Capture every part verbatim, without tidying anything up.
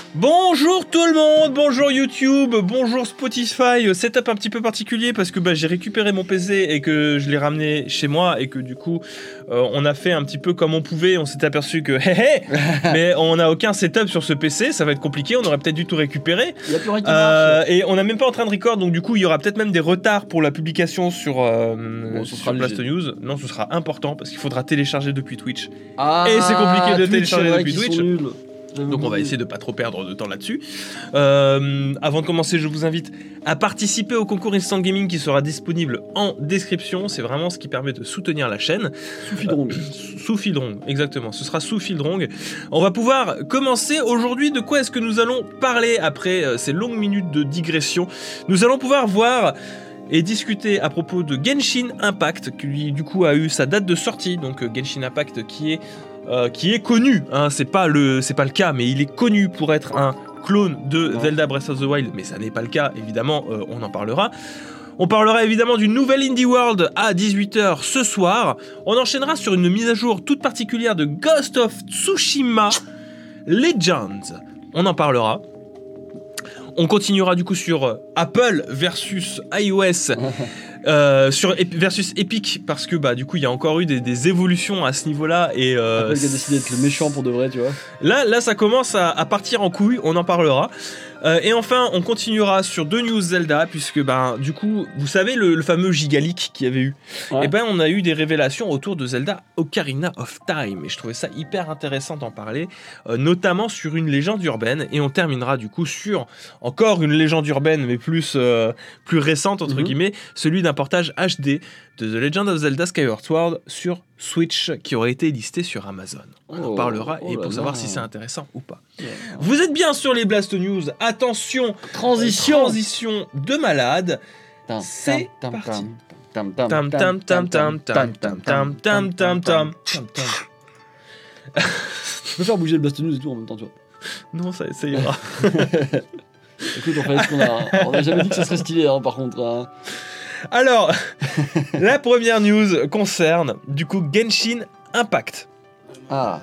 Bonjour tout le monde, bonjour YouTube, bonjour Spotify, setup un petit peu particulier parce que bah, j'ai récupéré mon P C et que je l'ai ramené chez moi et que du coup euh, on a fait un petit peu comme on pouvait, on s'est aperçu que hé hé, mais on n'a aucun setup sur ce P C, ça va être compliqué, on aurait peut-être dû tout récupérer. Il y a plus rien qui euh, marche. Et on n'est même pas en train de record, donc du coup il y aura peut-être même des retards pour la publication sur, euh, Bon, ce sur sera Blast léger. News. Non, ce sera important parce qu'il faudra télécharger depuis Twitch. Ah, et c'est compliqué de Twitch, télécharger c'est vrai depuis qu'ils Twitch. sont nuls. J'avais Donc on va oublié. essayer de pas trop perdre de temps là-dessus. Euh, avant de commencer, je vous invite à participer au concours Instant Gaming qui sera disponible en description. C'est vraiment ce qui permet de soutenir la chaîne. Sous Fidrong. Euh, sous Fildrong, exactement. Ce sera sous Fildrong. On va pouvoir commencer aujourd'hui. De quoi est-ce que nous allons parler après euh, ces longues minutes de digression? Nous allons pouvoir voir et discuter à propos de Genshin Impact, qui du coup a eu sa date de sortie. Donc euh, Genshin Impact qui est Euh, qui est connu, hein, c'est pas le c'est pas le cas, mais il est connu pour être un clone de Zelda Breath of the Wild, mais ça n'est pas le cas, évidemment, euh, on en parlera. On parlera évidemment d'une nouvelle Indie World à dix-huit heures ce soir. On enchaînera sur une mise à jour toute particulière de Ghost of Tsushima Legends. On en parlera. On continuera du coup sur Apple versus iOS. Euh, sur Ep- versus Epic, parce que bah du coup il y a encore eu des, des évolutions à ce niveau-là et euh, Apple qui a décidé d'être le méchant pour de vrai, tu vois. là là ça commence à, à partir en couille, on en parlera. Euh, et enfin on continuera sur deux news Zelda, puisque bah du coup vous savez le, le fameux Gigaleak qu'il y avait eu, Ouais. et ben on a eu des révélations autour de Zelda Ocarina of Time et je trouvais ça hyper intéressant d'en parler, euh, notamment sur une légende urbaine, et on terminera du coup sur encore une légende urbaine mais plus euh, plus récente entre Mhm. guillemets, celui d'un portage H D de The Legend of Zelda Skyward Sword sur Switch qui aurait été listé sur Amazon. On en Oh, parlera oh et là pour savoir là. si c'est intéressant ou pas. Yeah. Vous êtes bien sur les Blast News, attention, Transition. transition de malade. Tam, C'est tam, tam, parti. tam, tam, Tam tam tam tam tam tam tam tam tam tam. Je peux faire bouger le Blast News et tout en même temps, tu vois. Non, ça, ça ira. Écoute, on fait ce qu'on a. On a jamais dit que ça serait stylé, hein, par contre. Hein. Alors, la première news concerne du coup Genshin Impact. Ah.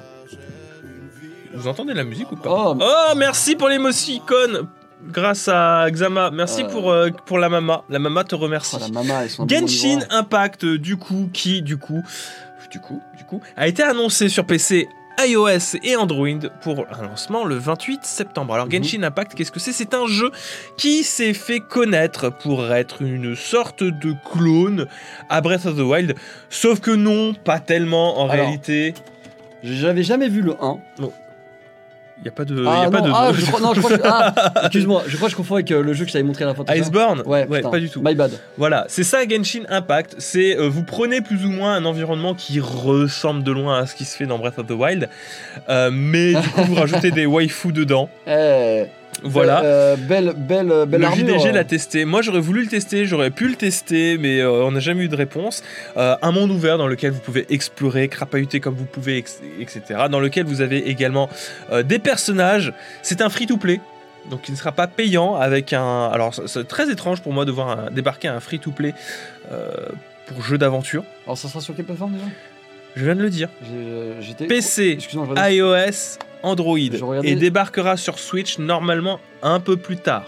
Vous entendez la musique ou pas? Oh, mais- Oh, merci pour l'émoticône grâce à Xama. Merci Euh. pour, euh, pour la mama. La mama te remercie. Oh, la mama, ils sont un peu Genshin omnivores. Impact, euh, du coup, qui, du coup, du coup, du coup, a été annoncé sur P C, iOS et Android pour un lancement le vingt-huit septembre. Alors, Mhm. Genshin Impact, qu'est-ce que c'est? C'est un jeu qui s'est fait connaître pour être une sorte de clone à Breath of the Wild, sauf que non, pas tellement en Alors, réalité. J'avais jamais vu le un. Il n'y a pas de. Ah, y a non, pas de... ah, je crois, non, je crois que. Ah, excuse-moi, je crois que je confonds avec euh, le jeu que je t'avais montré à la fin. tout ça. Iceborne? Ouais, putain, pas du tout. My bad. Voilà, c'est ça Genshin Impact. C'est euh, vous prenez plus ou moins un environnement qui ressemble de loin à ce qui se fait dans Breath of the Wild, euh, mais du coup vous rajoutez des waifus dedans. Eh, Voilà. euh, belle, belle, euh, belle Le armure. J D G euh. l'a testé. Moi j'aurais voulu le tester, j'aurais pu le tester, mais euh, on n'a jamais eu de réponse. Euh, un monde ouvert dans lequel vous pouvez explorer, crapahuter comme vous pouvez, et cetera. Dans lequel vous avez également euh, des personnages. C'est un free-to-play. Donc il ne sera pas payant avec un... Alors c'est- c'est très étrange pour moi de voir un- débarquer un free-to-play euh, pour jeu d'aventure. Alors, ça sera sur quelle plateforme déjà? Je viens de le dire. J'ai- J'étais. P C, Excuse-moi, je regardais- iOS, Android. Je regardais- Et débarquera sur Switch normalement un peu plus tard.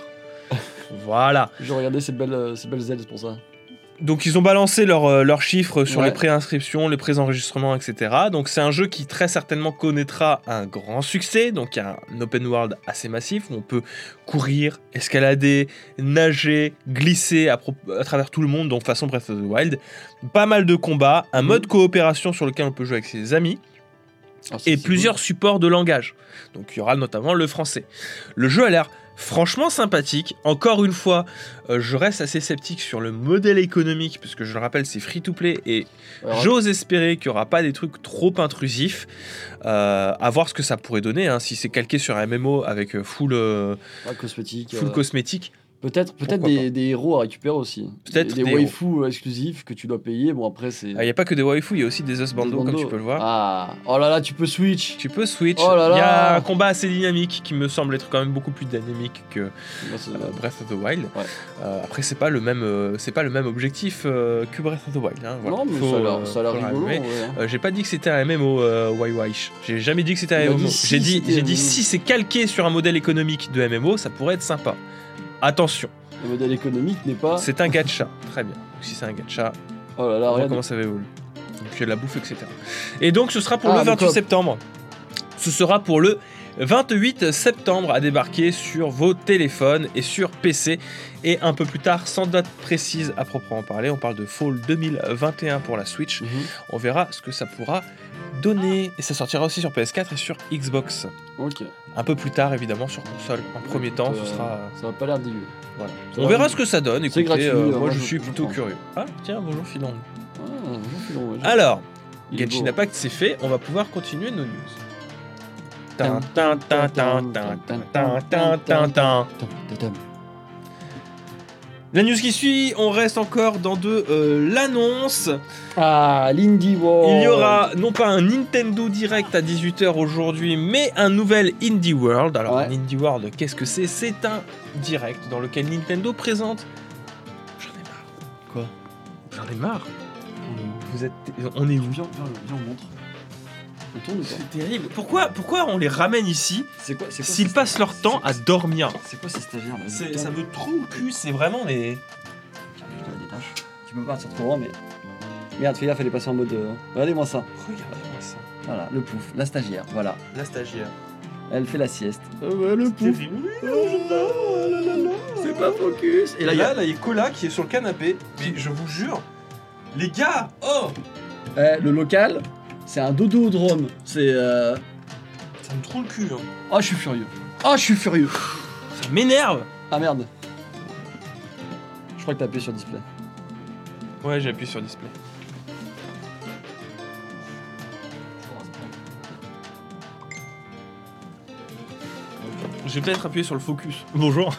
Voilà. Je regardais ces belles, euh, ces belles ailes, c'est pour ça. Donc ils ont balancé leurs euh, leurs chiffres sur Ouais. les préinscriptions, les préenregistrements, et cetera. Donc c'est un jeu qui très certainement connaîtra un grand succès. Donc il y a un open world assez massif où on peut courir, escalader, nager, glisser à, pro- à travers tout le monde, donc façon Breath of the Wild. Pas mal de combats, un Mhm. mode coopération sur lequel on peut jouer avec ses amis. Alors, c'est- Et c'est plusieurs supports de langage. Donc il y aura notamment le français. Le jeu a l'air franchement sympathique. Encore une fois, euh, je reste assez sceptique sur le modèle économique, puisque je le rappelle, c'est free-to-play, et cool. Alors, j'ose espérer qu'il n'y aura pas des trucs trop intrusifs. Euh, à voir ce que ça pourrait donner, hein, si c'est calqué sur un M M O avec euh, full, euh, ouais, cosmétique. full euh, cosmétique. Peut-être peut-être Pourquoi des, des héros à récupérer aussi. Peut-être des, des des waifus exclusifs que tu dois payer. Bon, après, c'est. Il n'y a pas que des waifus, il y a aussi des husbandos, comme tu peux le voir. Ah, oh là là, tu peux switch. Tu peux switch. Oh là Il y a là. un combat assez dynamique qui me semble être quand même beaucoup plus dynamique que Bah, c'est- euh, Breath of the Wild. Ouais. Euh, après, c'est pas le même, euh, c'est pas le même objectif euh, que Breath of the Wild. Hein, voilà. Non, mais Faut, ça a l'air- euh, ça a l'air faut le rigolo. ramener. ouais. Euh, j'ai pas dit que c'était un M M O euh, Y Y. J'ai jamais dit que c'était un Il a M M O. dit si J'ai dit, c'était j'ai un dit M M O. si c'est calqué sur un modèle économique de M M O, ça pourrait être sympa. Attention, Le modèle économique n'est pas. c'est un gacha. Très bien. Donc, si c'est un gacha, Oh là là, on voit regarde. comment ça va évoluer. Donc il y a de la bouffe, et cetera. Et donc ce sera pour Ah, le le vingt-huit coop. septembre. Ce sera pour le vingt-huit septembre à débarquer sur vos téléphones et sur P C. Et un peu plus tard, sans date précise à proprement parler, on parle de Fall deux mille vingt et un pour la Switch. Mhm. On verra ce que ça pourra donner. Et ça sortira aussi sur P S quatre et sur Xbox. Ok. Un peu plus tard, évidemment, sur console. En premier temps, ce Euh, sera... Ça va pas l'air dégueu. Voilà. Ça On va, verra mais- ce que ça donne. C'est Écoutez, gratuit, euh, euh, moi, moi, je je- suis je plutôt prends. curieux. Ah, tiens, bonjour Philong. Ah, bonjour, Philon, ouais, j'ai- Alors, Il est Genshin beau. Impact, c'est fait. On va pouvoir continuer nos news. Tin, tin, tin, tin, tin, tin, tin, tin, tin, tin. Tom, tom, tom. La news qui suit, on reste encore dans de euh, l'annonce. Ah, l'Indie World. Il y aura non pas un Nintendo Direct à dix-huit heures aujourd'hui, mais un nouvel Indie World. Alors, Ouais. un Indie World, qu'est-ce que c'est? C'est un direct dans lequel Nintendo présente. J'en ai marre. Quoi J'en ai marre. Vous êtes. On est où? Viens, viens, viens, on montre. On tourne ou pas C'est terrible. Pourquoi, pourquoi on les ramène ici C'est quoi c'est quoi s'ils ces- passent leur temps à dormir? C'est quoi ces stagiaires là C'est- Putain, Ça me trouve le cul, c'est vraiment des. putain, des tâches. Tu peux pas partir trop loin, mais. Merde, fais gaffe, elle est passée en mode. euh, Regardez-moi ça. Regardez-moi ça. Voilà, le pouf, la stagiaire, voilà. La stagiaire. Elle fait la sieste. Euh, ouais, le C'est pouf. terrible. C'est pas focus. Et là, il y a là, il y a Cola qui est sur le canapé. Mais je vous jure, les gars, oh, Eh, le local, c'est un dododrome. C'est. Euh... ça me trouve le cul. Hein. Oh, je suis furieux. Oh, je suis furieux. Ça m'énerve. Ah merde. Je crois que t'as appuyé sur display. Ouais, j'ai appuyé sur display. Je vais peut-être appuyer sur le focus. Bonjour.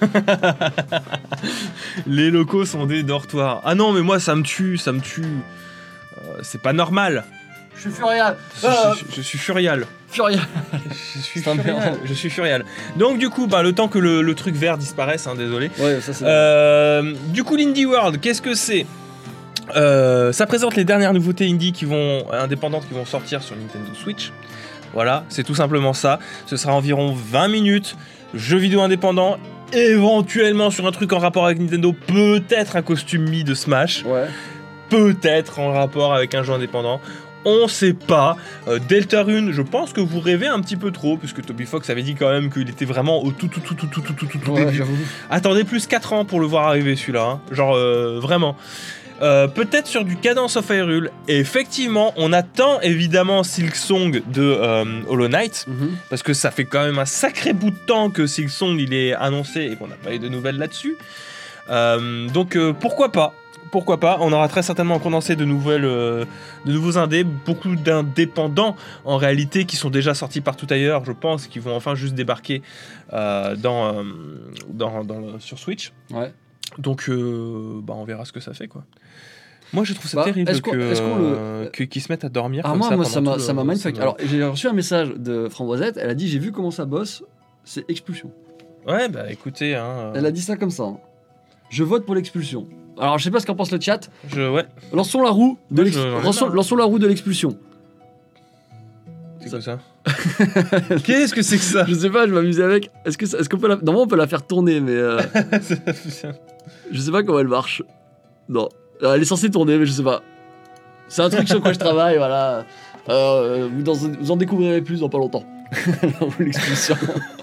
Les locaux sont des dortoirs. Ah non, mais moi ça me tue, ça me tue. Euh, c'est pas normal. Je suis furieux. Je, je- je suis furial. Furieux. Je suis Ça me furial. fait- Je suis furial. Donc du coup, bah, le temps que le, le truc vert disparaisse, hein, désolé. Ouais, ça c'est. Euh, du coup, l'Indie World, qu'est-ce que c'est? Euh, Ça présente les dernières nouveautés indie qui vont indépendantes qui vont sortir sur Nintendo Switch. Voilà, c'est tout simplement ça. Ce sera environ vingt minutes, jeux vidéo indépendants, éventuellement sur un truc en rapport avec Nintendo, peut-être un costume Mi de Smash, Ouais. peut-être en rapport avec un jeu indépendant. On sait pas. Euh, Deltarune, je pense que vous rêvez un petit peu trop, puisque Toby Fox avait dit quand même qu'il était vraiment au tout tout tout tout tout tout tout tout, tout Ouais, début. j'avoue. Attendez plus quatre ans pour le voir arriver celui-là, hein. Genre euh, vraiment. Euh, peut-être sur du Cadence of Hyrule. Et effectivement, on attend évidemment Silksong de euh, Hollow Knight, Mhm. parce que ça fait quand même un sacré bout de temps que Silksong il est annoncé et qu'on n'a pas eu de nouvelles là-dessus. Euh, donc euh, pourquoi pas? Pourquoi pas? On aura très certainement condensé de nouvelles, euh, de nouveaux indés, beaucoup d'indépendants en réalité qui sont déjà sortis partout ailleurs, je pense, qui vont enfin juste débarquer euh, dans, euh, dans, dans le- sur Switch. Ouais. Donc, euh, bah, on verra ce que ça fait, quoi. Moi, je trouve ça Bah, terrible est-ce qu'on- que, est-ce qu'on le- euh, que- qu'ils se mettent à dormir Ah comme moi, ça moi pendant ça m'a tout ça le- m'a mindfuck. ça me- Alors j'ai reçu un message de Framboisette. Elle a dit j'ai vu comment ça bosse. C'est expulsion. Ouais, bah écoutez, hein, euh, Elle a dit ça comme ça. hein. Je vote pour l'expulsion. Alors je sais pas ce qu'en pense le chat. je, ouais, Lançons la roue de Moi, l'ex- je- j'en ai lançons, marre. lançons la roue de l'expulsion. c'est quoi ça? Qu'est-ce que c'est que ça? Je sais pas, je m'amusais avec. Est-ce que ça- est-ce qu'on peut la... normalement on peut la faire tourner, mais euh, je sais pas comment elle marche. Non, Euh, elle est censée tourner, mais je sais pas. C'est un truc sur quoi je travaille, voilà. Euh, vous, dans- vous en découvrirez plus dans pas longtemps. La roue de l'expulsion.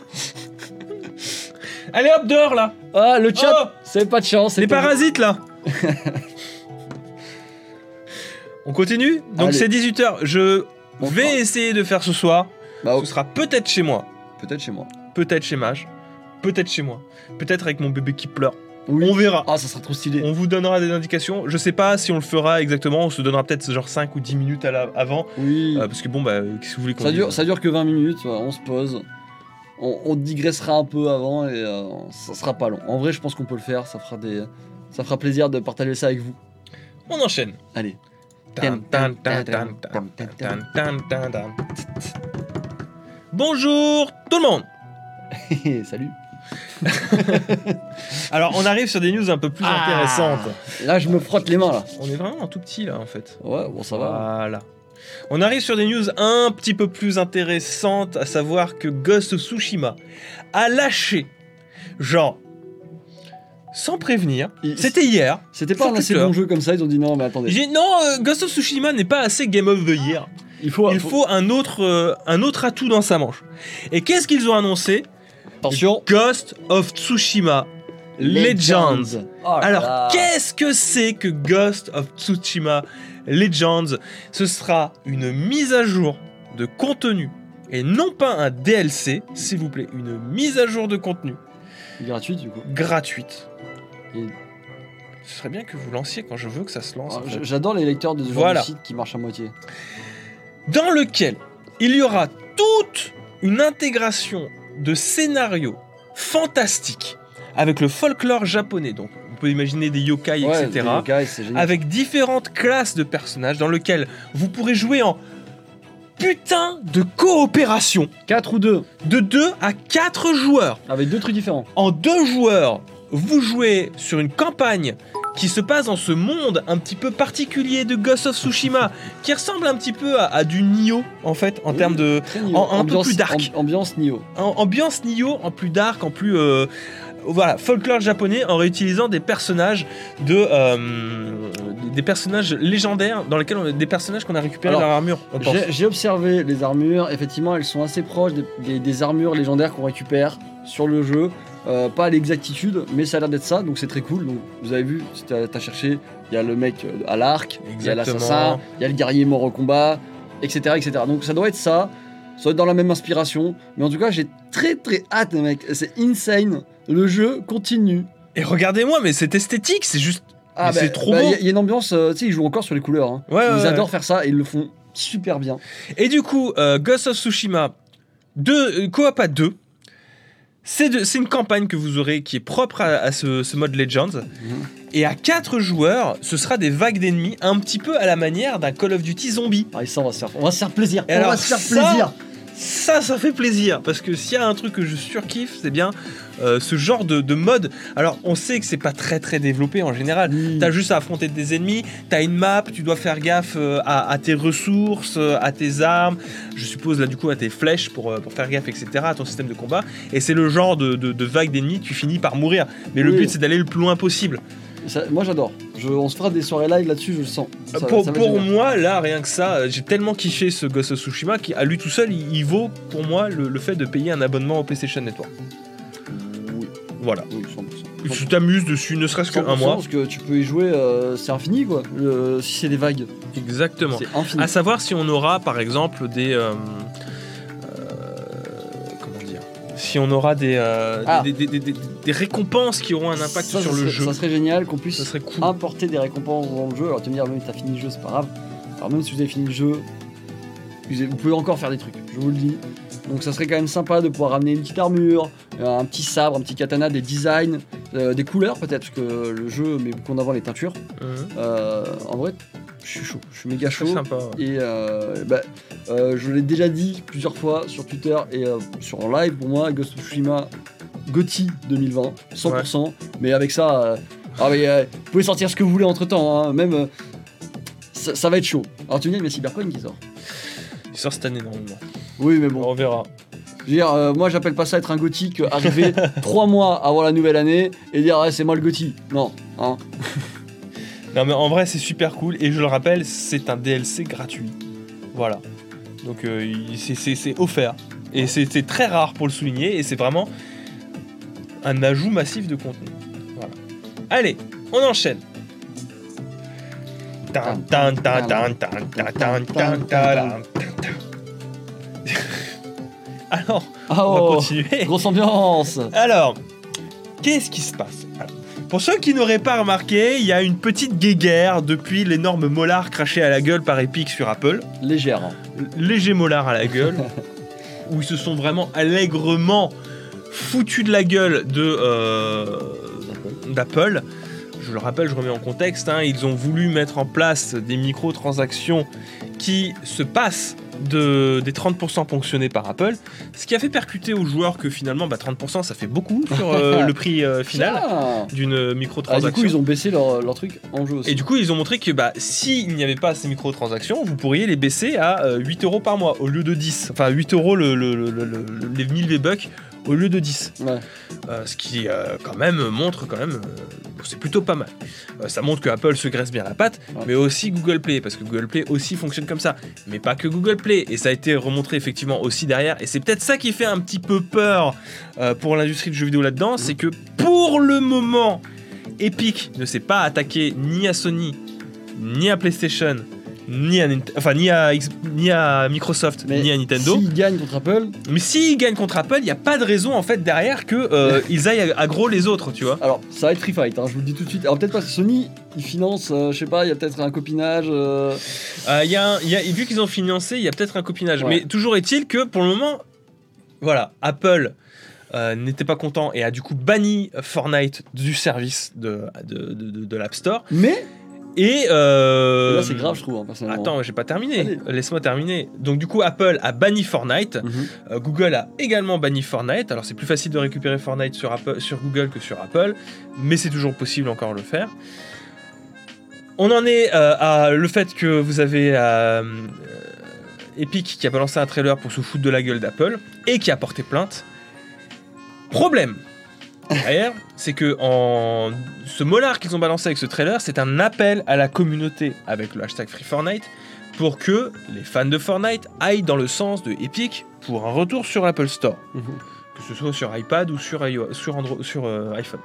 Allez hop, dehors là! Ah le chat, Oh, c'est pas de chance. c'est les pas- parasites là! On continue? Donc Allez. c'est dix-huit heures. Je On vais fera. essayer de faire ce soir. Bah, Ce sera peut-être chez moi, peut-être chez moi. peut-être chez Mage, peut-être chez moi, peut-être avec mon bébé qui pleure. Oui. On verra. Ah, ça sera trop stylé. On vous donnera des indications. Je sais pas si on le fera exactement. On se donnera peut-être genre cinq ou dix minutes à la- avant. Oui. Euh, parce que bon, bah, qu'est-ce que vous voulez qu'on ça dise dure, ça dure que vingt minutes. ouais, on se pose. on, on digressera un peu avant et euh, ça sera pas long. En vrai, je pense qu'on peut le faire. Ça fera des, ça fera plaisir de partager ça avec vous. On enchaîne. Allez. Tan, tan, tan, tan, tan, tan, tan, tan, tan. Bonjour tout le monde. Salut. Alors on arrive sur des news un peu plus Ah. intéressantes. Là, je me frotte les mains là. On est vraiment en tout petit là en fait. Ouais, bon, ça va. Voilà. On arrive sur des news un petit peu plus intéressantes, à savoir que Ghost of Tsushima a lâché, genre, sans prévenir, Il- c'était hier. C'était pas Sur un assez Twitter. bon jeu comme ça. Ils ont dit non, mais attendez. J'ai non, euh, Ghost of Tsushima n'est pas assez Game of the Year. Il faut. Il faut un autre, euh, un autre atout dans sa manche. Et qu'est-ce qu'ils ont annoncé? Attention. Ghost of Tsushima Legends. Oh là Alors, là. qu'est-ce que c'est que Ghost of Tsushima Legends? Ce sera une mise à jour de contenu et non pas un D L C, s'il vous plaît, une mise à jour de contenu Gratuit du coup. gratuite. Et- Ce serait bien que vous lanciez quand je veux que ça se lance. Ah, en fait. j- J'adore les lecteurs de ce genre Voilà. de site qui marchent à moitié. Dans lequel il y aura toute une intégration de scénarios fantastiques avec le folklore japonais. Donc, on peut imaginer des yokai, Ouais, et cetera. les yokai, c'est génial. Avec différentes classes de personnages dans lequel vous pourrez jouer en putain de coopération quatre ou deux, de deux à quatre joueurs. avec deux trucs différents. En deux joueurs, vous jouez sur une campagne qui se passe dans ce monde un petit peu particulier de Ghost of Tsushima, qui ressemble un petit peu à, à du Nioh, en fait, en Oui. termes de... Très Nioh. En- un peu ambiance, plus dark. amb- ambiance Nioh. en- ambiance Nioh, en plus dark, en plus... euh, voilà, folklore japonais en réutilisant des personnages de... euh, des personnages légendaires, dans lesquels on a des personnages qu'on a récupérés Alors, dans l'armure, on pense. J'ai j'ai observé les armures, effectivement elles sont assez proches des, des- des armures légendaires qu'on récupère sur le jeu. Euh, pas à l'exactitude, mais ça a l'air d'être ça, donc c'est très cool. Donc, vous avez vu, si t'as t'as cherché, il y a le mec euh, à l'arc, il y a Exactement. l'assassin, il y a le guerrier mort au combat, et cetera, et cetera. Donc ça doit être ça, ça doit être dans la même inspiration. Mais en tout cas, j'ai très très hâte, mec. C'est insane. Le jeu continue. Et regardez-moi, mais c'est esthétique, c'est juste... Ah, Mais c'est trop bah, beau. Il y a- il y, a une ambiance, euh, tu sais, ils jouent encore sur les couleurs. Hein. Ouais, ils ouais, adorent ouais. faire ça et ils le font super bien. Et du coup, euh, Ghost of Tsushima, deux, euh, coop à deux, c'est de- c'est une campagne que vous aurez qui est propre à, à ce, ce mode Legends. Et à quatre joueurs, ce sera des vagues d'ennemis, un petit peu à la manière d'un Call of Duty zombie. Ah, et ça, on va se faire, on va se faire plaisir. Et on alors, va se faire ça- plaisir. Ça, ça fait plaisir, parce que s'il y a un truc que je surkiffe, c'est bien euh, ce genre de, de mode. Alors, on sait que c'est pas très très développé en général. Oui. T'as juste à affronter des ennemis, t'as une map, tu dois faire gaffe euh, à, à tes ressources, euh, à tes armes, je suppose là du coup à tes flèches pour, euh, pour faire gaffe, et cetera, à ton système de combat. Et c'est le genre de, de, de vague d'ennemis, tu finis par mourir. Mais le Oui. but c'est d'aller le plus loin possible. Ça- moi, j'adore. Je- On se fera des soirées live là-dessus, je le sens. Ça- pour ça va être pour génial. moi, là, rien que ça, euh, j'ai tellement kiffé ce Ghost of Tsushima qu'à lui tout seul, il, il vaut pour moi le, le fait de payer un abonnement au PlayStation Network. Oui, Voilà. oui, cent pour cent. Tu t'amuses dessus, ne serait-ce cent qu'un pour cent, mois. Parce que tu peux y jouer, euh, c'est infini quoi. Le- si c'est des vagues, Exactement. c'est infini. À savoir si on aura par exemple des. euh, euh, comment dire Si on aura des, euh, Ah. des, des- des- des- des récompenses qui auront un impact Ça, sur ça le serait- jeu. Ça serait génial qu'on puisse Ça serait cool. apporter des récompenses dans le jeu. Alors tu vas me dire, même si t'as fini le jeu, c'est pas grave. Alors même si vous avez fini le jeu, vous vous pouvez encore faire des trucs, je vous le dis. Donc ça serait quand même sympa de pouvoir ramener une petite armure, un petit sabre, un petit katana, des designs, euh, des couleurs peut-être, parce que le jeu met beaucoup en avant les teintures. Mhm. Euh, en vrai, je suis chaud, je suis méga Très chaud. sympa. ouais. Et euh, bah, euh, je l'ai déjà dit plusieurs fois sur Twitter et euh, sur en live, pour moi, Ghost of Tsushima GOTY deux mille vingt, cent pour cent. Mais avec ça, euh, ah, mais, euh, vous pouvez sortir ce que vous voulez entre temps, même euh, ça, ça va être chaud. Alors tu me dis, mais Cyberpunk qui sort. Il sort cette année normalement. Oui, mais bon, On verra. je veux dire, euh, moi j'appelle pas ça être un GOTY que arriver trois mois avant la nouvelle année et dire, ouais, c'est moi le GOTY. Non, hein. Non mais en vrai c'est super cool et je le rappelle c'est un D L C gratuit. Voilà. Donc euh, il- c'est- c'est c'est offert. Et c'est c'est très rare pour le souligner et c'est vraiment un ajout massif de contenu. Voilà. Allez, on enchaîne. Tan, tan, tan, tan, tan, tan, tan, tan, tan, tan. Alors, Ah, on va oh, continuer. grosse ambiance. Alors, qu'est-ce qui se passe? Alors, pour ceux qui n'auraient pas remarqué, il y a une petite guéguerre depuis l'énorme molar craché à la gueule par Epic sur Apple. Légère. hein. Léger molar à la gueule. où ils se sont vraiment allègrement foutus de la gueule de euh, d'Apple. Je le rappelle, je remets en contexte, hein, ils ont voulu mettre en place des microtransactions qui se passent de, des trente pour cent ponctionnés par Apple, ce qui a fait percuter aux joueurs que finalement bah, trente pour cent ça fait beaucoup sur euh, le prix euh, final Ah. d'une microtransaction. Ah, du coup, ils ont baissé leur, leur truc en jeu aussi. Et du coup, ils ont montré que bah, s'il n'y avait pas ces microtransactions, vous pourriez les baisser à euh, huit euros par mois au lieu de dix. Enfin, huit euros le, le, le, le, le, les mille V-Bucks au lieu de dix. Ouais. Euh, ce qui, euh, quand même, montre quand même... Euh, c'est plutôt pas mal. Euh, ça montre que Apple se graisse bien la patte, Ouais. mais aussi Google Play, parce que Google Play aussi fonctionne comme ça. Mais pas que Google Play. Et ça a été remontré effectivement aussi derrière. Et c'est peut-être ça qui fait un petit peu peur euh, pour l'industrie du jeu vidéo là-dedans, Mmh. c'est que pour le moment... Epic ne s'est pas attaqué ni à Sony, ni à PlayStation, ni à, Nint- enfin, ni à, X- ni à Microsoft, Mais ni à Nintendo. s'ils gagnent contre Apple, Mais s'ils gagnent contre Apple, il n'y a pas de raison en fait derrière que euh, ils aillent aggro les autres, tu vois. alors ça va être free fight, hein, je vous le dis tout de suite. Alors peut-être pas Sony, ils financent, euh, je sais pas, il y a peut-être un copinage. euh, Euh, il y a un- il y a- vu qu'ils ont financé, il y a peut-être un copinage. Ouais. Mais toujours est-il que pour le moment, voilà, Apple euh, n'était pas content et a du coup banni Fortnite du service de, de, de, de- de l'App Store. Mais Et euh, là c'est grave, je trouve, hein, personnellement. Attends, j'ai pas terminé. Allez. Laisse-moi terminer. Donc du coup, Apple a banni Fortnite. Mhm. Euh, Google a également banni Fortnite. Alors c'est plus facile de récupérer Fortnite sur, Apple, sur Google que sur Apple, mais c'est toujours possible encore de le faire. On en est euh, à le fait que vous avez euh, euh, Epic qui a balancé un trailer pour se foutre de la gueule d'Apple et qui a porté plainte. Problème derrière, c'est que en... ce molar qu'ils ont balancé avec ce trailer, c'est un appel à la communauté avec le hashtag FreeFortnite pour que les fans de Fortnite aillent dans le sens de Epic pour un retour sur l'Apple Store, Mhm. que ce soit sur iPad ou sur, iOS, sur, Android, sur euh, iPhone.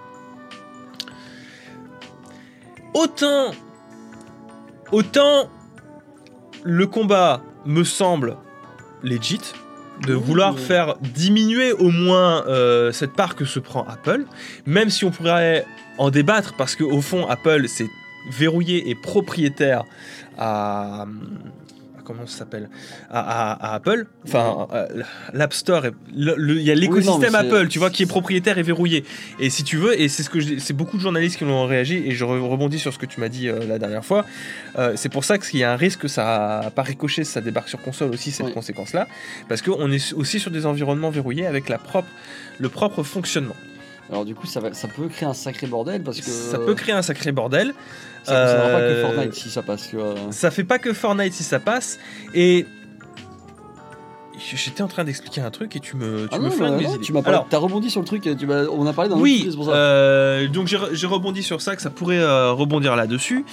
Autant, autant le combat me semble legit, de Oui, vouloir mais- faire diminuer au moins euh, cette part que se prend Apple, même si on pourrait en débattre parce qu'au fond Apple c'est verrouillé et propriétaire à, à- comment ça s'appelle à, à- à Apple, enfin euh, l'App Store, est- le- le- il y a l'écosystème non, mais c'est- Apple, tu vois, qui est propriétaire et verrouillé. Et si tu veux, et c'est ce que je- c'est beaucoup de journalistes qui ont réagi, et je re- rebondis sur ce que tu m'as dit euh, la dernière fois. Euh, c'est pour ça qu'il y a un risque que ça, par ricochet, ça débarque sur console aussi cette Oui. conséquence-là, parce qu'on est aussi sur des environnements verrouillés avec la propre, le propre fonctionnement. Alors du coup ça, va, ça peut créer un sacré bordel parce que Ça peut créer un sacré bordel. ça ne concernera pas que Euh, Fortnite si ça passe. Tu vois. Ça fait pas que Fortnite si ça passe. Et j'étais en train d'expliquer un truc et tu me, tu Ah me non, flingues bah, les non, idées. tu m'as parlé- Alors, t'as rebondi sur le truc, tu m'as- on a parlé d'un oui, autre sujet, c'est pour ça. euh, donc j'ai, re- j'ai rebondi sur ça, que ça pourrait euh, rebondir là-dessus.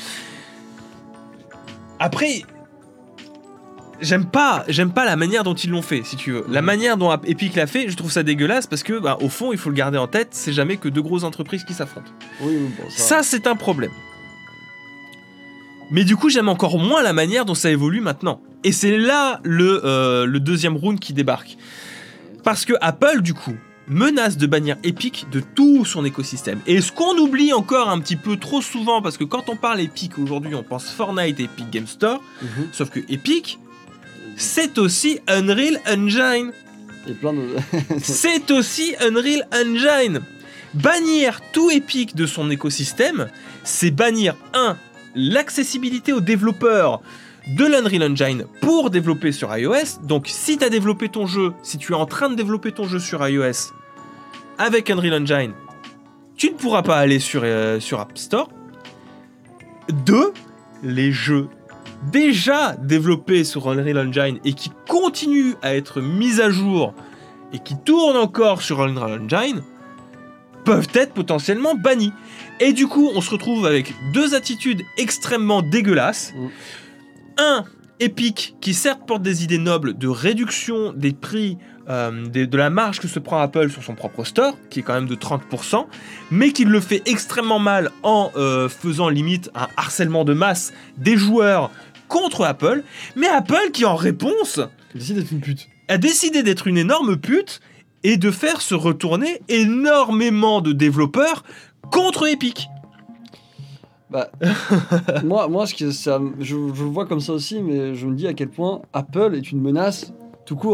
Après, j'aime pas, j'aime pas la manière dont ils l'ont fait, si tu veux. La Mhm. manière dont Epic l'a fait, je trouve ça dégueulasse parce que, bah, au fond, il faut le garder en tête, c'est jamais que deux grosses entreprises qui s'affrontent. Oui, oui, bon, ça. Ça, c'est un problème. Mais du coup, j'aime encore moins la manière dont ça évolue maintenant. Et c'est là le, euh, le deuxième round qui débarque. Parce que Apple, du coup, menace de bannir Epic de tout son écosystème. Et ce qu'on oublie encore un petit peu trop souvent, parce que quand on parle Epic aujourd'hui, on pense Fortnite et Epic Game Store, Mhm. sauf que Epic, c'est aussi Unreal Engine. Et plein de. C'est aussi Unreal Engine. Bannir tout Epic de son écosystème, c'est bannir un l'accessibilité aux développeurs de l'Unreal Engine pour développer sur iOS. Donc si tu as développé ton jeu, si tu es en train de développer ton jeu sur iOS avec Unreal Engine, tu ne pourras pas aller sur, euh, sur App Store. Deux, les jeux déjà développés sur Unreal Engine et qui continuent à être mis à jour et qui tournent encore sur Unreal Engine peuvent être potentiellement bannis. Et du coup, on se retrouve avec deux attitudes extrêmement dégueulasses. Mm. Un, Epic, qui certes porte des idées nobles de réduction des prix, euh, des- de la marge que se prend Apple sur son propre store, qui est quand même de trente pour cent, mais qui le fait extrêmement mal en euh, faisant limite un harcèlement de masse des joueurs contre Apple. Mais Apple qui, en réponse, Décide d'être une pute. a décidé d'être une énorme pute et de faire se retourner énormément de développeurs contre Epic. Bah, moi, moi ce que ça, je, je le vois comme ça aussi, mais je me dis à quel point Apple est une menace tout court.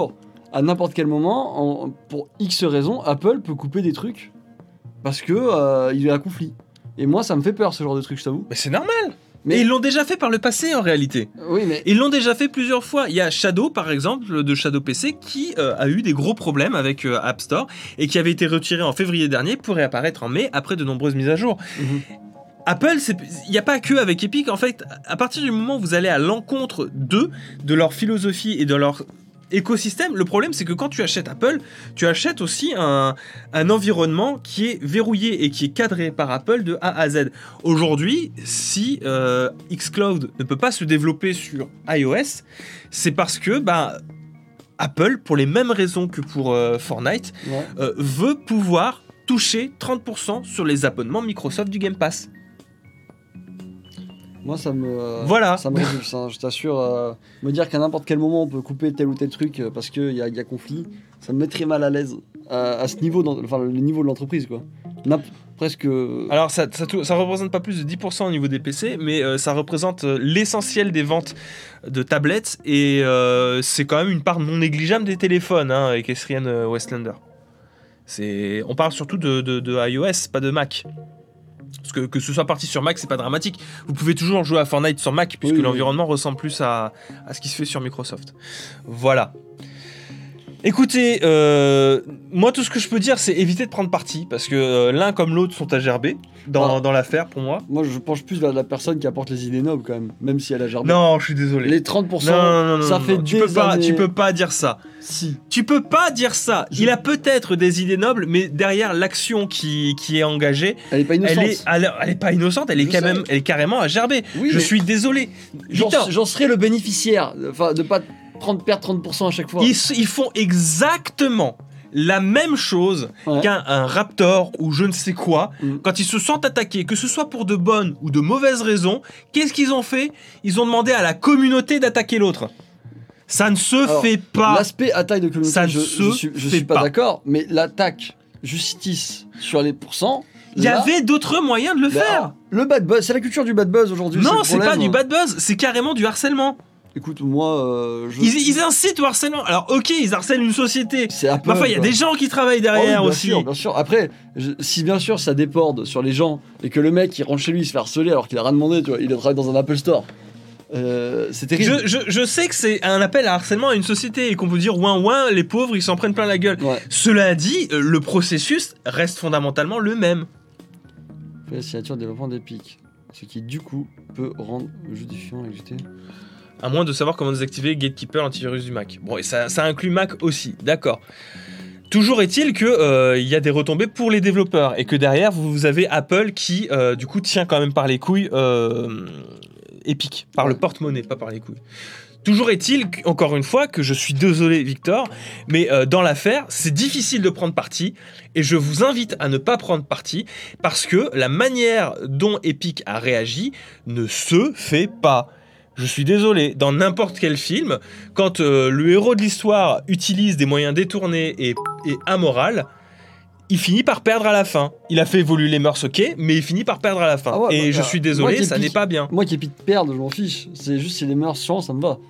à n'importe quel moment, en- pour X raisons, Apple peut couper des trucs parce que euh, il y a un conflit. Et moi, ça me fait peur ce genre de truc, je t'avoue. Mais c'est normal. Mais Et ils l'ont déjà fait par le passé en réalité. oui, mais Ils l'ont déjà fait plusieurs fois. Il y a Shadow, par exemple, de Shadow P C, qui euh, a eu des gros problèmes avec euh, App Store et qui avait été retiré en février dernier pour réapparaître en mai après de nombreuses mises à jour. Mhm. Apple, il n'y a pas que avec Epic. En fait, à partir du moment où vous allez à l'encontre d'eux, de leur philosophie et de leur écosystème, le problème c'est que quand tu achètes Apple, tu achètes aussi un, un environnement qui est verrouillé et qui est cadré par Apple de A à Z. Aujourd'hui, si euh, xCloud ne peut pas se développer sur iOS, c'est parce que bah, Apple, pour les mêmes raisons que pour euh, Fortnite, ouais. euh, veut pouvoir toucher trente pour cent sur les abonnements Microsoft du Game Pass. Moi, ça me, euh, Voilà. ça me révulse, hein, je t'assure. euh, me dire qu'à n'importe quel moment on peut couper tel ou tel truc euh, parce qu'il y a, y a conflit, ça me met très mal à l'aise à, à ce niveau, dans, enfin le niveau de l'entreprise, quoi. N'imp- presque. Alors ça, ça, tou- ça représente pas plus de dix pour cent au niveau des P C, mais euh, ça représente euh, l'essentiel des ventes de tablettes et euh, c'est quand même une part non négligeable des téléphones hein, avec Estrian euh, Westlander. C'est, on parle surtout de, de, de iOS, pas de Mac. Parce que que ce soit parti sur Mac, c'est pas dramatique. Vous pouvez toujours jouer à Fortnite sur Mac puisque Oui, oui. l'environnement ressemble plus à, à ce qui se fait sur Microsoft. Voilà. Écoutez, euh, moi tout ce que je peux dire c'est éviter de prendre parti parce que euh, l'un comme l'autre sont à gerber dans, Ah. dans l'affaire pour moi. Moi, je penche plus vers la personne qui apporte les idées nobles, quand même, même si elle a gerbé. Non, je suis désolé. Les trente pour cent, Non, non, non, ça non, fait non. des tu peux pas, années. tu peux pas dire ça. Si. Tu peux pas dire ça. Je- Il a peut-être des idées nobles, mais derrière l'action qui, qui est engagée, Elle est pas innocente. elle est, elle, elle est pas innocente, elle est, Je quand sais. même, elle est carrément à gerber. Oui, je mais suis désolé. J'en Victor, j'en serais le bénéficiaire, enfin, de pas prendre, perdre trente pour cent à chaque fois. ils, ils font exactement la même chose Ouais. qu'un un Raptor ou je ne sais quoi. Mm. Quand ils se sentent attaqués, que ce soit pour de bonnes ou de mauvaises raisons, qu'est-ce qu'ils ont fait? Ils ont demandé à la communauté d'attaquer l'autre. Ça ne se Alors, fait pas. L'aspect attaque de communauté, Ça ne je, se je suis, je fait suis pas, pas. d'accord, mais l'attaque justice sur les pourcents. Il y là, avait d'autres moyens de le bah, faire. Le bad buzz, c'est la culture du bad buzz aujourd'hui. Non, le c'est pas problème. du bad buzz, c'est carrément du harcèlement. Écoute, moi, euh, je. Ils, ils incitent au harcèlement. Alors, ok, ils harcèlent une société. C'est Apple, Mais enfin, il y a quoi. des gens qui travaillent Ah oui, derrière bien aussi. sûr, bien sûr. Après, je- si bien sûr ça déborde sur les gens et que le mec il rentre chez lui, il se fait harceler alors qu'il a rien demandé, tu vois, il travaille dans un Apple Store. Euh, c'est terrible. Je, je, je sais que c'est un appel à harcèlement à une société et qu'on peut dire ouin ouin, les pauvres ils s'en prennent plein la gueule. Ouais. Cela dit, euh, le processus reste fondamentalement le même. La signature de développement d'Epic, ce qui du coup peut rendre le jeu différent avec G T. À moins de savoir comment désactiver Gatekeeper, l'antivirus du Mac. Bon, et ça, ça inclut Mac aussi, d'accord. Toujours est-il qu'il euh, y a des retombées pour les développeurs et que derrière vous avez Apple qui euh, du coup tient quand même par les couilles euh, Epic, par le porte-monnaie, pas par les couilles. Toujours est-il, encore une fois, que je suis désolé Victor, mais euh, dans l'affaire, c'est difficile de prendre parti et je vous invite à ne pas prendre parti parce que la manière dont Epic a réagi ne se fait pas. Je suis désolé, dans n'importe quel film, quand euh, le héros de l'histoire utilise des moyens détournés et, et amoraux, il finit par perdre à la fin. Il a fait évoluer les mœurs, ok, mais il finit par perdre à la fin. Ah ouais, et bah, je euh, suis moi désolé, qui ça pique- n'est pas bien. Moi qui Epic perdre, je m'en fiche. C'est juste si les mœurs changent, ça me va.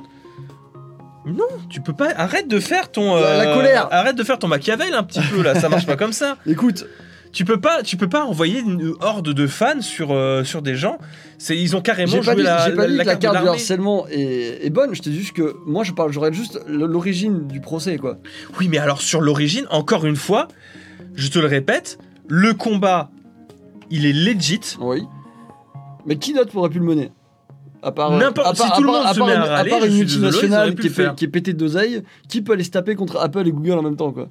Non, tu peux pas. Arrête de faire ton. La- la colère. Arrête de faire ton Machiavel un petit peu là. Ça marche pas comme ça. Écoute, Tu peux pas. Tu peux pas envoyer une horde de fans sur euh, sur des gens. C'est ils ont carrément j'ai joué pas dit, la, j'ai pas la, dit la que la carte de carte du l'armée. harcèlement est, est bonne. Je te dis juste que moi je parle, j'aurais juste l'origine du procès, quoi. Oui, mais alors sur l'origine, encore une fois, je te le répète, le combat, il est legit. Oui. Mais qui d'autre pourrait pu le mener? À part, euh, N'importe- à part- si à tout le part- monde à se part met à une- râler, à part je une suis désolé, ils multinationale auraient pu qui est, le fait- faire. qui est pétée d'oseille, qui peut aller se taper contre Apple et Google en même temps, quoi.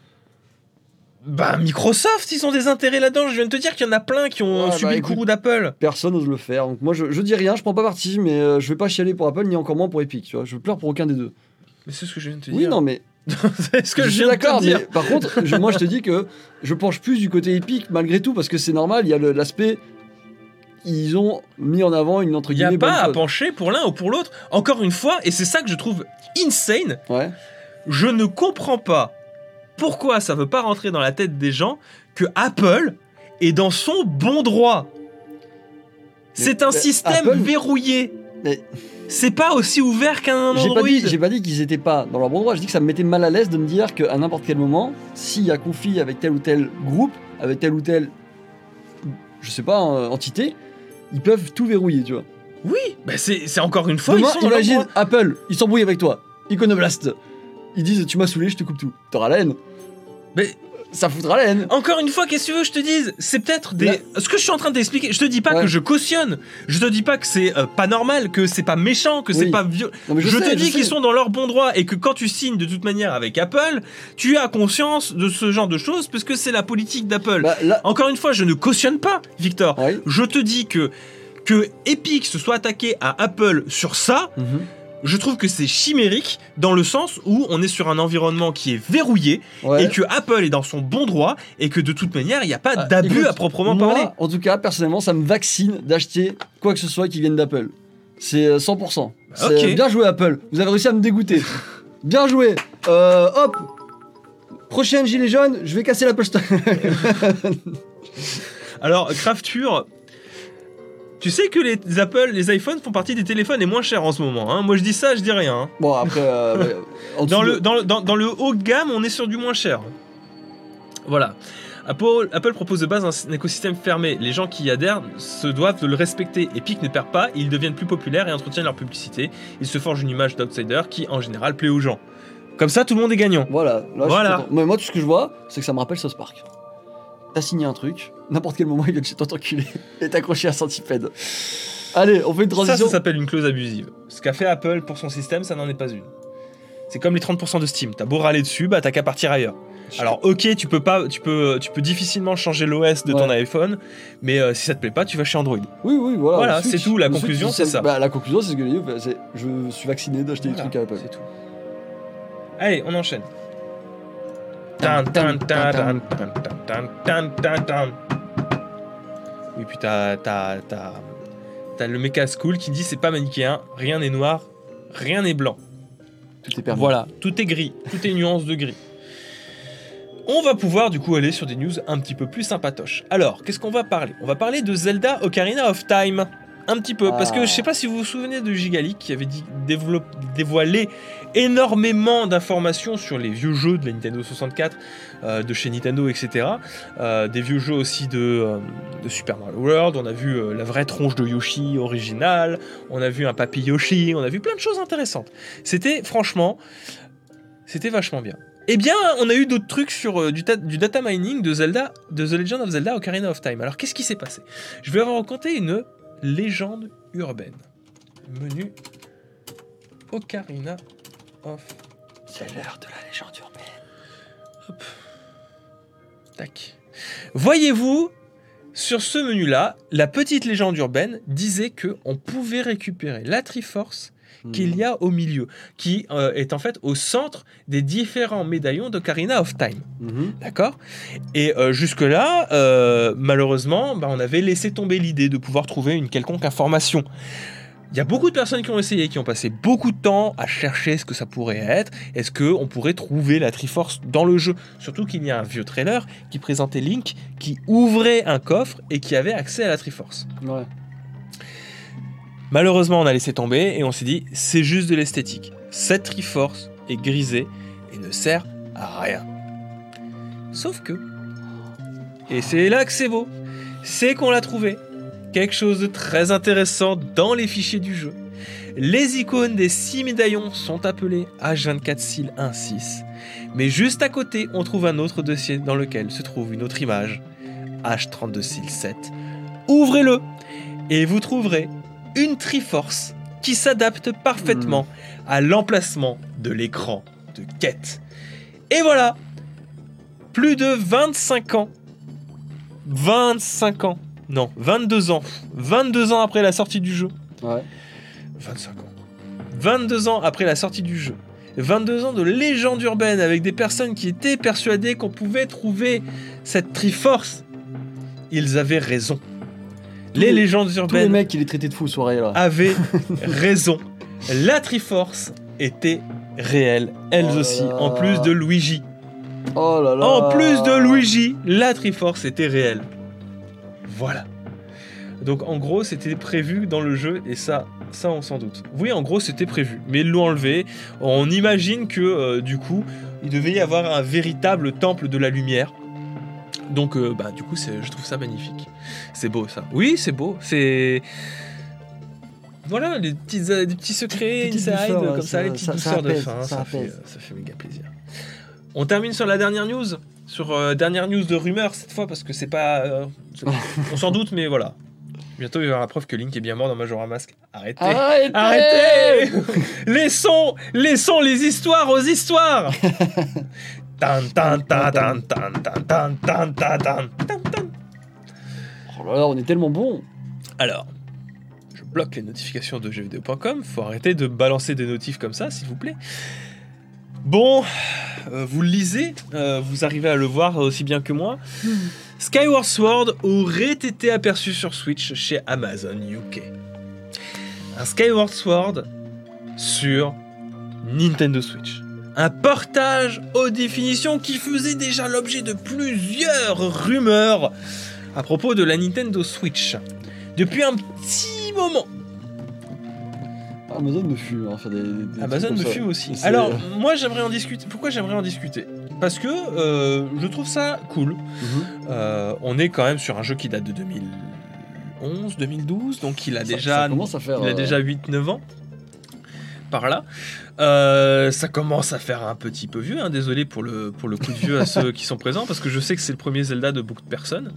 Bah Microsoft, ils ont des intérêts là-dedans. Je viens de te dire qu'il y en a plein qui ont Ouais, subi bah, le écoute. courroux d'Apple. Personne n'ose le faire. Donc moi je, je dis rien, je prends pas parti, mais euh, je vais pas chialer pour Apple ni encore moins pour Epic. Tu vois, je pleure pour aucun des deux. Mais c'est ce que je viens de te Oui, dire. non, mais c'est ce que je, je suis viens de d'accord. te dire. Mais par contre, je- moi je te dis que je penche plus du côté Epic malgré tout parce que c'est normal. Il y a le- l'aspect ils ont mis en avant une entre Il n'y a guillemets pas bonne à chose. pencher pour l'un ou pour l'autre. Encore une fois, et c'est ça que je trouve insane, Ouais. je ne comprends pas pourquoi ça veut pas rentrer dans la tête des gens que Apple est dans son bon droit. C'est un mais système Apple- verrouillé. Mais c'est pas aussi ouvert qu'un j'ai Android. pas dit, j'ai pas dit qu'ils étaient pas dans leur bon droit. Je dis que ça me mettait mal à l'aise de me dire qu'à n'importe quel moment, s'il y a conflit avec tel ou tel groupe, avec tel ou tel, je sais pas, euh, entité, ils peuvent tout verrouiller, tu vois. Oui, bah c'est, c'est encore une fois, Demain, ils sont dans leur imagine droit. Apple, ils s'embrouillent avec toi. Iconoblast. Ils disent tu m'as saoulé, je te coupe tout. T'auras la haine. Mais Ça foutra la haine. encore une fois, qu'est-ce que tu veux que je te dise? C'est peut-être des... Là- Ce que je suis en train de t'expliquer, je te dis pas Ouais. que je cautionne, je te dis pas que c'est euh, pas normal, que c'est pas méchant, que c'est Oui. pas vieux. Non, mais Je, je, te sais, dis je qu'ils sais. sont dans leur bon droit et que quand tu signes de toute manière avec Apple, tu as conscience de ce genre de choses parce que c'est la politique d'Apple. Bah, là... Encore une fois, je ne cautionne pas, Victor. Ouais. Je te dis que que Epic se soit attaqué à Apple sur ça, Mhm. je trouve que c'est chimérique dans le sens où on est sur un environnement qui est verrouillé Ouais. et que Apple est dans son bon droit et que de toute manière, il n'y a pas Ah, d'abus écoute, à proprement moi, parler. en tout cas, personnellement, ça me vaccine d'acheter quoi que ce soit qui vienne d'Apple. C'est euh, cent pour cent. C'est Ok. euh, bien joué, Apple. Vous avez réussi à me dégoûter. Bien joué. Euh, hop. Prochaine gilet jaune, je vais casser l'Apple Store. Alors, Crafture, tu sais que les Apple, les iPhones font partie des téléphones les moins chers en ce moment. Hein. Moi, je dis ça, je dis rien. Hein. Bon, après, euh, ouais, en Dans, dessous le, de- dans, le- dans, dans le haut de gamme, on est sur du moins cher. Voilà. Apple, Apple propose de base un, un écosystème fermé. Les gens qui y adhèrent se doivent de le respecter. Epic ne perd pas, ils deviennent plus populaires et entretiennent leur publicité. Ils se forgent une image d'outsider qui, en général, plaît aux gens. Comme ça, tout le monde est gagnant. Voilà, là, je suis Voilà. content. Mais moi, tout ce que je vois, c'est que ça me rappelle South Park. T'as signé un truc, n'importe quel moment, il vient chez toi t'enculer et t'accrocher à centipède. Allez, on fait une Ça, transition. ça s'appelle une clause abusive. Ce qu'a fait Apple pour son système, ça n'en est pas une. C'est comme les trente pour cent de Steam. T'as beau râler dessus, bah t'as qu'à partir ailleurs. Alors ok, tu peux pas, tu peux, tu peux difficilement changer l'O S de ton Ouais. iPhone, mais euh, si ça te plaît pas, tu vas chez Android. Oui, oui, voilà. Voilà, le Switch. c'est tout, la Le conclusion, Switch, c'est ça. Bah, la conclusion, c'est ce que j'ai dit. c'est je suis vacciné d'acheter des Voilà, trucs à Apple. c'est tout. Allez, on enchaîne. Tan, tan, tan, tan, tan, tan, tan, tan, tan. Oui, puis t'as, t'as, t'as, t'as le méca school qui dit c'est pas manichéen, rien n'est noir, rien n'est blanc. Tout est permis. Voilà, tout est gris, tout est nuance de gris. On va pouvoir du coup aller sur des news un petit peu plus sympatoches. Alors, qu'est-ce qu'on va parler? On va parler de Zelda Ocarina of Time. Un petit peu, parce que Ah. je sais pas si vous vous souvenez de Gigalic qui avait dit, développe, dévoilé énormément d'informations sur les vieux jeux de la Nintendo soixante-quatre, euh, de chez Nintendo, et cetera. Euh, des vieux jeux aussi de, euh, de Super Mario World. On a vu euh, la vraie tronche de Yoshi originale. On a vu un papy Yoshi. On a vu plein de choses intéressantes. C'était franchement, c'était vachement bien. Eh bien, on a eu d'autres trucs sur euh, du, ta- du data mining de Zelda, de The Legend of Zelda Ocarina of Time. Alors, qu'est-ce qui s'est passé? Je vais vous raconter une légende urbaine. Menu Ocarina of... C'est l'heure de la légende urbaine. Tac. Voyez-vous, sur ce menu-là, la petite légende urbaine disait que on pouvait récupérer la Triforce qu'il y a au milieu, qui euh, est en fait au centre des différents médaillons d'Ocarina of Time. Mhm. D'accord? Et euh, jusque-là, euh, malheureusement, bah, on avait laissé tomber l'idée de pouvoir trouver une quelconque information. Il y a beaucoup de personnes qui ont essayé, qui ont passé beaucoup de temps à chercher ce que ça pourrait être. Est-ce qu'on pourrait trouver la Triforce dans le jeu? Surtout qu'il y a un vieux trailer qui présentait Link, qui ouvrait un coffre et qui avait accès à la Triforce. Ouais. Malheureusement, on a laissé tomber et on s'est dit, c'est juste de l'esthétique. Cette Triforce est grisée et ne sert à rien. Sauf que, et c'est là que c'est beau, c'est qu'on l'a trouvé. Quelque chose de très intéressant dans les fichiers du jeu. Les icônes des six médaillons sont appelées H vingt-quatre Seal un six. Mais juste à côté, on trouve un autre dossier dans lequel se trouve une autre image, H trente-deux Seal sept. Ouvrez-le et vous trouverez une Triforce qui s'adapte parfaitement à l'emplacement de l'écran de quête. Et voilà, plus de vingt-cinq ans, vingt-cinq ans, non, vingt-deux ans, vingt-deux ans après la sortie du jeu, Ouais. vingt-cinq ans, vingt-deux ans après la sortie du jeu, vingt-deux ans de légende urbaine avec des personnes qui étaient persuadées qu'on pouvait trouver cette Triforce, ils avaient raison. Tous Les les- légendes Tous les urbaines mecs qui les traitaient de fous soirée là. avaient raison. La Triforce était réelle, elles Oh là aussi, là. en plus de Luigi. Oh là là. En plus de Luigi, la Triforce était réelle. Voilà. Donc en gros, c'était prévu dans le jeu, et ça, ça on s'en doute. Oui, en gros, c'était prévu, mais ils l'ont enlevé. On imagine que, euh, du coup, il devait y avoir un véritable temple de la lumière. Donc, euh, bah, du coup, c'est, je trouve ça magnifique. C'est beau, ça. Oui, c'est beau. C'est... Voilà, des petits, des petits secrets, Petites inside, douceurs, comme ça, ça- les petites ça- ça douceurs de apaise, fin. ça Ça, fait, apaise. euh, ça fait méga plaisir. On termine sur la dernière news. Sur euh, dernière news de rumeur, cette fois, parce que c'est pas... euh, c'est- on s'en doute, mais voilà. Bientôt, il y aura la preuve que Link est bien mort dans Majora Mask. Arrêtez. Arrêtez, Arrêtez. Laissons, laissons les histoires aux histoires. Tan, tan, tan, tan, tan, tan, tan, tan, tan, tan, tan, tan. Oh là là, on est tellement bon. Alors, je bloque les notifications de jeux vidéo point com. Faut arrêter de balancer des notifs comme ça, s'il vous plaît. Bon, euh, vous le lisez, euh, vous arrivez à le voir aussi bien que moi. Skyward Sword aurait été aperçu sur Switch chez Amazon U K. Un Skyward Sword sur Nintendo Switch. Un portage haute définition qui faisait déjà l'objet de plusieurs rumeurs à propos de la Nintendo Switch. Depuis un petit moment. Amazon me fume, hein, faire des, des Amazon trucs me comme ça. fume aussi. C'est- Alors, moi j'aimerais en discuter. Pourquoi j'aimerais en discuter ? Parce que euh, je trouve ça cool. Mhm. Euh, on est quand même sur un jeu qui date de deux mille onze, deux mille douze, donc il a Ça- déjà, ça commence à faire, il a euh, déjà huit neuf ans. Par là. Euh, ça commence à faire un petit peu vieux, hein, désolé pour le, pour le coup de vieux à ceux qui sont présents, parce que je sais que c'est le premier Zelda de beaucoup de personnes.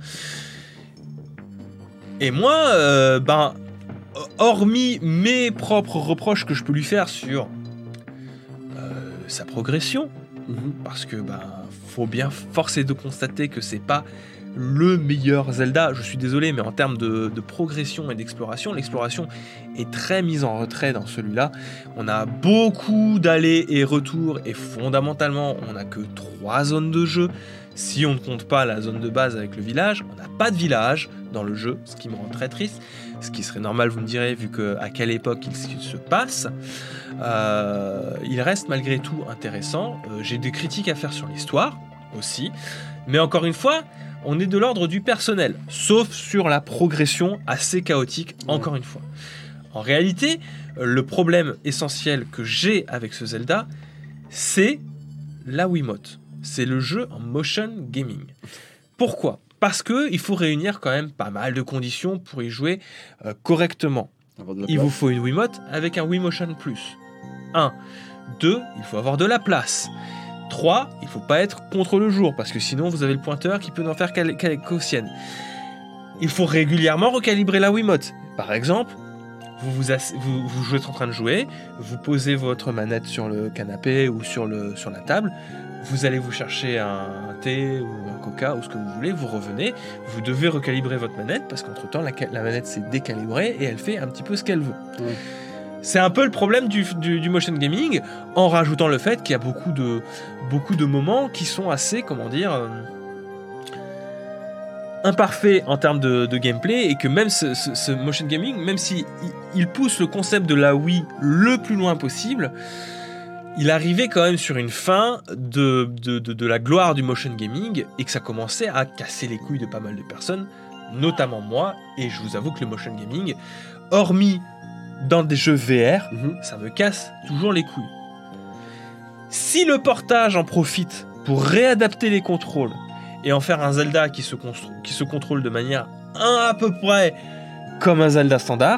Et moi, euh, ben, hormis mes propres reproches que je peux lui faire sur euh, sa progression, Mhm. parce que ben, faut bien forcer de constater que c'est pas le meilleur Zelda, je suis désolé, mais en termes de, de progression et d'exploration, l'exploration est très mise en retrait dans celui-là. On a beaucoup d'allers et retours, et fondamentalement, on n'a que trois zones de jeu. Si on ne compte pas la zone de base avec le village, on n'a pas de village dans le jeu, ce qui me rend très triste. Ce qui serait normal, vous me direz, vu que, à quelle époque il se passe. Euh, il reste malgré tout intéressant. Euh, j'ai des critiques à faire sur l'histoire aussi. Mais encore une fois, on est de l'ordre du personnel, sauf sur la progression assez chaotique, encore une fois. En réalité, euh, le problème essentiel que j'ai avec ce Zelda, c'est la Wiimote. C'est le jeu en motion gaming. Pourquoi ? Parce qu'il faut réunir quand même pas mal de conditions pour y jouer euh, correctement. Avoir de la Il place. vous faut une Wiimote avec un Wiimotion Plus. un. deux. Il faut avoir de la place. trois. Il ne faut pas être contre le jour, parce que sinon vous avez le pointeur qui peut n'en faire qu'à qu'à- qu'aux siennes. Il faut régulièrement recalibrer la Wiimote. Par exemple, vous, vous, ass- vous, vous êtes en train de jouer, vous posez votre manette sur le canapé ou sur, le, sur la table, vous allez vous chercher un, un thé ou un coca ou ce que vous voulez, vous revenez, vous devez recalibrer votre manette parce qu'entre-temps la, ca- la manette s'est décalibrée et elle fait un petit peu ce qu'elle veut. Ouais. C'est un peu le problème du, du, du motion gaming, en rajoutant le fait qu'il y a beaucoup de, beaucoup de moments qui sont assez, comment dire, euh, imparfaits en termes de, de gameplay, et que même ce, ce- ce motion gaming, même s'il il pousse le concept de la Wii le plus loin possible, il arrivait quand même sur une fin de, de, de, de la gloire du motion gaming, et que ça commençait à casser les couilles de pas mal de personnes, notamment moi, et je vous avoue que le motion gaming, hormis dans des jeux V R, Mhm. ça me casse toujours les couilles. Si le portage en profite pour réadapter les contrôles et en faire un Zelda qui se, constru- qui se contrôle de manière à peu près comme un Zelda standard,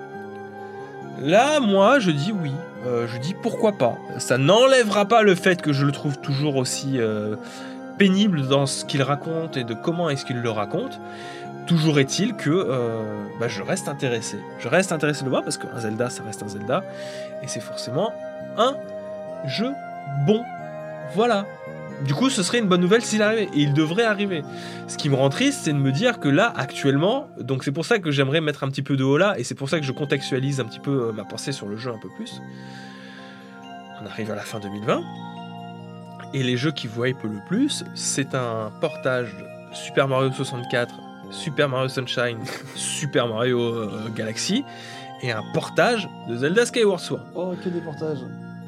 là, moi, je dis oui. Euh, je dis pourquoi pas. Ça n'enlèvera pas le fait que je le trouve toujours aussi euh, pénible dans ce qu'il raconte et de comment est-ce qu'il le raconte. Toujours est-il que euh, bah, je reste intéressé. Je reste intéressé de le voir parce qu'un Zelda, ça reste un Zelda. Et c'est forcément un jeu bon. Voilà. Du coup, ce serait une bonne nouvelle s'il arrivait. Et il devrait arriver. Ce qui me rend triste, c'est de me dire que là, actuellement, donc c'est pour ça que j'aimerais mettre un petit peu de haut là, et c'est pour ça que je contextualise un petit peu euh, ma pensée sur le jeu un peu plus. On arrive à la fin deux mille vingt. Et les jeux qui vous hype le plus, c'est un portage de Super Mario soixante-quatre, Super Mario Sunshine, Super Mario euh, Galaxy, et un portage de Zelda Skyward Sword. Oh, que des portages.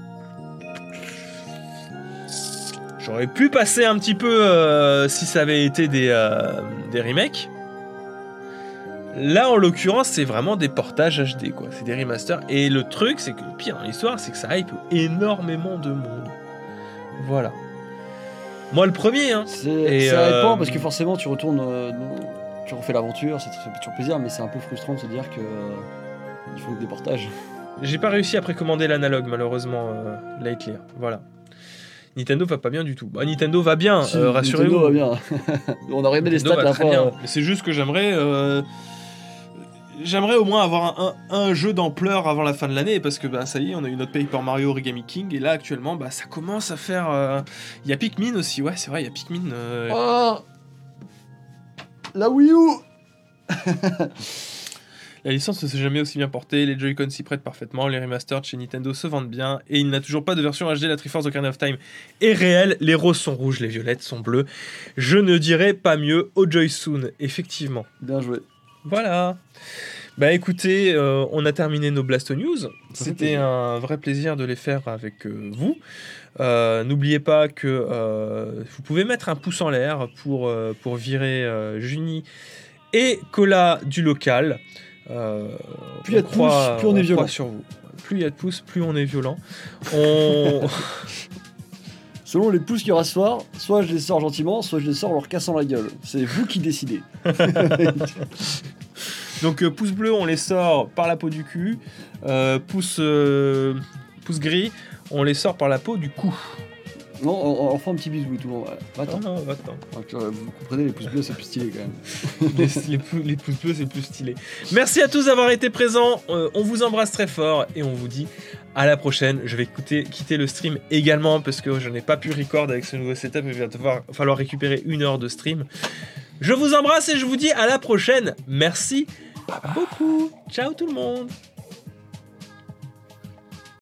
J'aurais pu passer un petit peu euh, si ça avait été des, euh, des remakes. Là, en l'occurrence, c'est vraiment des portages H D, quoi. C'est des remasters. Et le truc, c'est que le pire dans l'histoire, c'est que ça hype énormément de monde. Voilà. Moi, le premier, hein. C'est Et, c'est euh, hypant parce que forcément, tu retournes, euh, tu refais l'aventure, ça te fait toujours plaisir, mais c'est un peu frustrant de se dire que euh, il faut des portages. J'ai pas réussi à précommander l'analogue, malheureusement, euh, Lightyear. Voilà. Nintendo va pas bien du tout. Bah, Nintendo va bien, Si, euh, rassurez-vous. Nintendo va bien. On a regardé les Nintendo stats va la très fois. bien. euh, Mais c'est juste que j'aimerais... euh, J'aimerais au moins avoir un, un- un jeu d'ampleur avant la fin de l'année, parce que bah, ça y est, on a eu notre Paper Mario Origami King, et là actuellement, bah, ça commence à faire... euh, Il y a Pikmin aussi, ouais, c'est vrai, il y a Pikmin... euh, Oh la Wii U. La licence ne s'est jamais aussi bien portée, les Joy-Con s'y prêtent parfaitement, les remasters de chez Nintendo se vendent bien, et il n'a toujours pas de version H D. La Triforce Ocarina of Time est réelle, les roses sont rouges, les violettes sont bleues. Je ne dirais pas mieux, au Joy Soon, effectivement. Bien joué. Voilà. Bah écoutez, euh, on a terminé nos Blasto News. fait C'était plaisir. un vrai plaisir de les faire avec euh, vous. Euh, N'oubliez pas que euh, vous pouvez mettre un pouce en l'air pour, euh, pour virer euh, Juni et Cola du local. Euh, Plus il y a de croit- pouces, plus on est violent. croit sur vous. Plus il y a de pouces, plus on est violent. On... Selon les pouces qu'il y aura ce soir, soit je les sors gentiment, soit je les sors en leur cassant la gueule. C'est vous qui décidez. Donc euh, pouce bleu, on les sort par la peau du cul. Euh, pouce, euh, pouce gris, on les sort par la peau du cou. Non, on, on fait un petit bisou tout le monde. Ouais. Attends. Non, non, attends. Donc, euh, vous comprenez, les pouces bleus, c'est plus stylé quand même. les, les, pou- les pouces bleus, c'est plus stylé. Merci à tous d'avoir été présents. Euh, on vous embrasse très fort et on vous dit à la prochaine. Je vais écouter, quitter le stream également parce que je n'ai pas pu record avec ce nouveau setup. Il va devoir falloir récupérer une heure de stream. Je vous embrasse et je vous dis à la prochaine. Merci beaucoup. Ciao tout le monde.